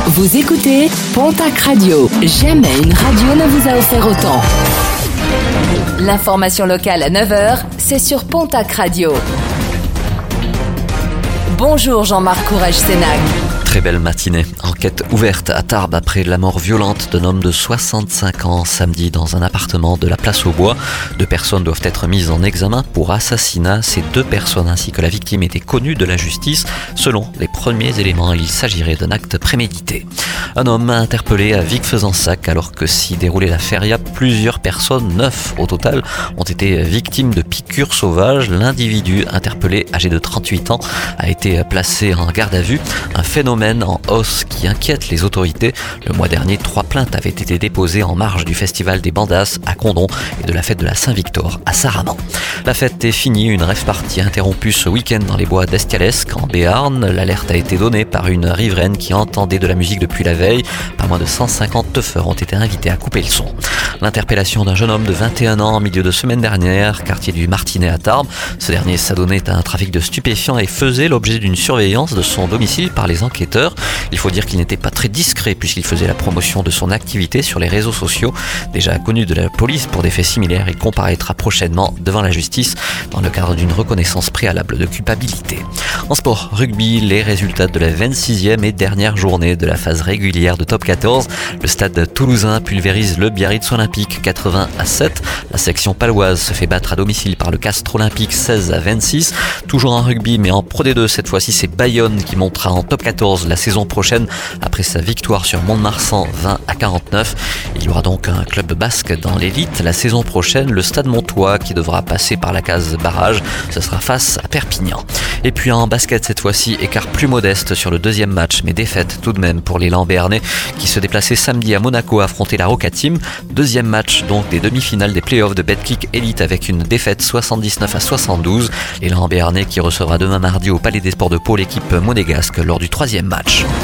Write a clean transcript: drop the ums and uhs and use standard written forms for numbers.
Vous écoutez Pontac Radio. Jamais une radio ne vous a offert autant. L'information locale à 9h, c'est sur Pontac Radio. Bonjour Jean-Marc Courage-Sénac. Très belle matinée. Enquête ouverte à Tarbes après la mort violente d'un homme de 65 ans samedi dans un appartement de la Place aux Bois. 2 personnes doivent être mises en examen pour assassinat. Ces 2 personnes ainsi que la victime étaient connues de la justice. Selon les premiers éléments, il s'agirait d'un acte prémédité. Un homme interpellé à Vic-Fezensac alors que s'y déroulait la feria. Plusieurs personnes, 9 au total, ont été victimes de piqûres sauvages. L'individu interpellé, âgé de 38 ans, a été placé en garde à vue. Un phénomène en hausse qui inquiète les autorités. Le mois dernier, 3 plaintes avaient été déposées en marge du festival des Bandas à Condom et de la fête de la Saint-Victor à Saraman. La fête est finie, une rave-party interrompue ce week-end dans les bois d'Estialesque en Béarn. L'alerte a été donnée par une riveraine qui entendait de la musique depuis la veille. Pas moins de 150 teufeurs ont été invités à couper le son. L'interpellation d'un jeune homme de 21 ans en milieu de semaine dernière, quartier du Martinet à Tarbes. Ce dernier s'adonnait à un trafic de stupéfiants et faisait l'objet d'une surveillance de son domicile par les enquêteurs. Il faut dire qu'il n'était pas très discret puisqu'il faisait la promotion de son activité sur les réseaux sociaux. Déjà connu de la police pour des faits similaires, il comparaîtra prochainement devant la justice dans le cadre d'une reconnaissance préalable de culpabilité. En sport, rugby, les résultats de la 26e et dernière journée de la phase régulière de Top 14. Le stade toulousain pulvérise le Biarritz Olympique 80-7. La section paloise se fait battre à domicile par le Castres Olympique 16-26. Toujours en rugby mais en Pro D2, cette fois-ci c'est Bayonne qui montera en Top 14 la saison prochaine après sa victoire sur Mont-de-Marsan 20-49. Il y aura donc un club basque dans l'élite la saison prochaine, le Stade Montois qui devra passer par la case barrage. Ce sera face à Perpignan. Et puis en basket cette fois-ci, écart plus modeste sur le 2e match, mais défaite tout de même pour l'élan béarnais qui se déplaçait samedi à Monaco à affronter la Roca Team. 2e match donc des demi-finales des playoffs de Betclic Elite avec une défaite 79-72. L'élan béarnais qui recevra demain mardi au Palais des Sports de Pau l'équipe monégasque lors du 3e match.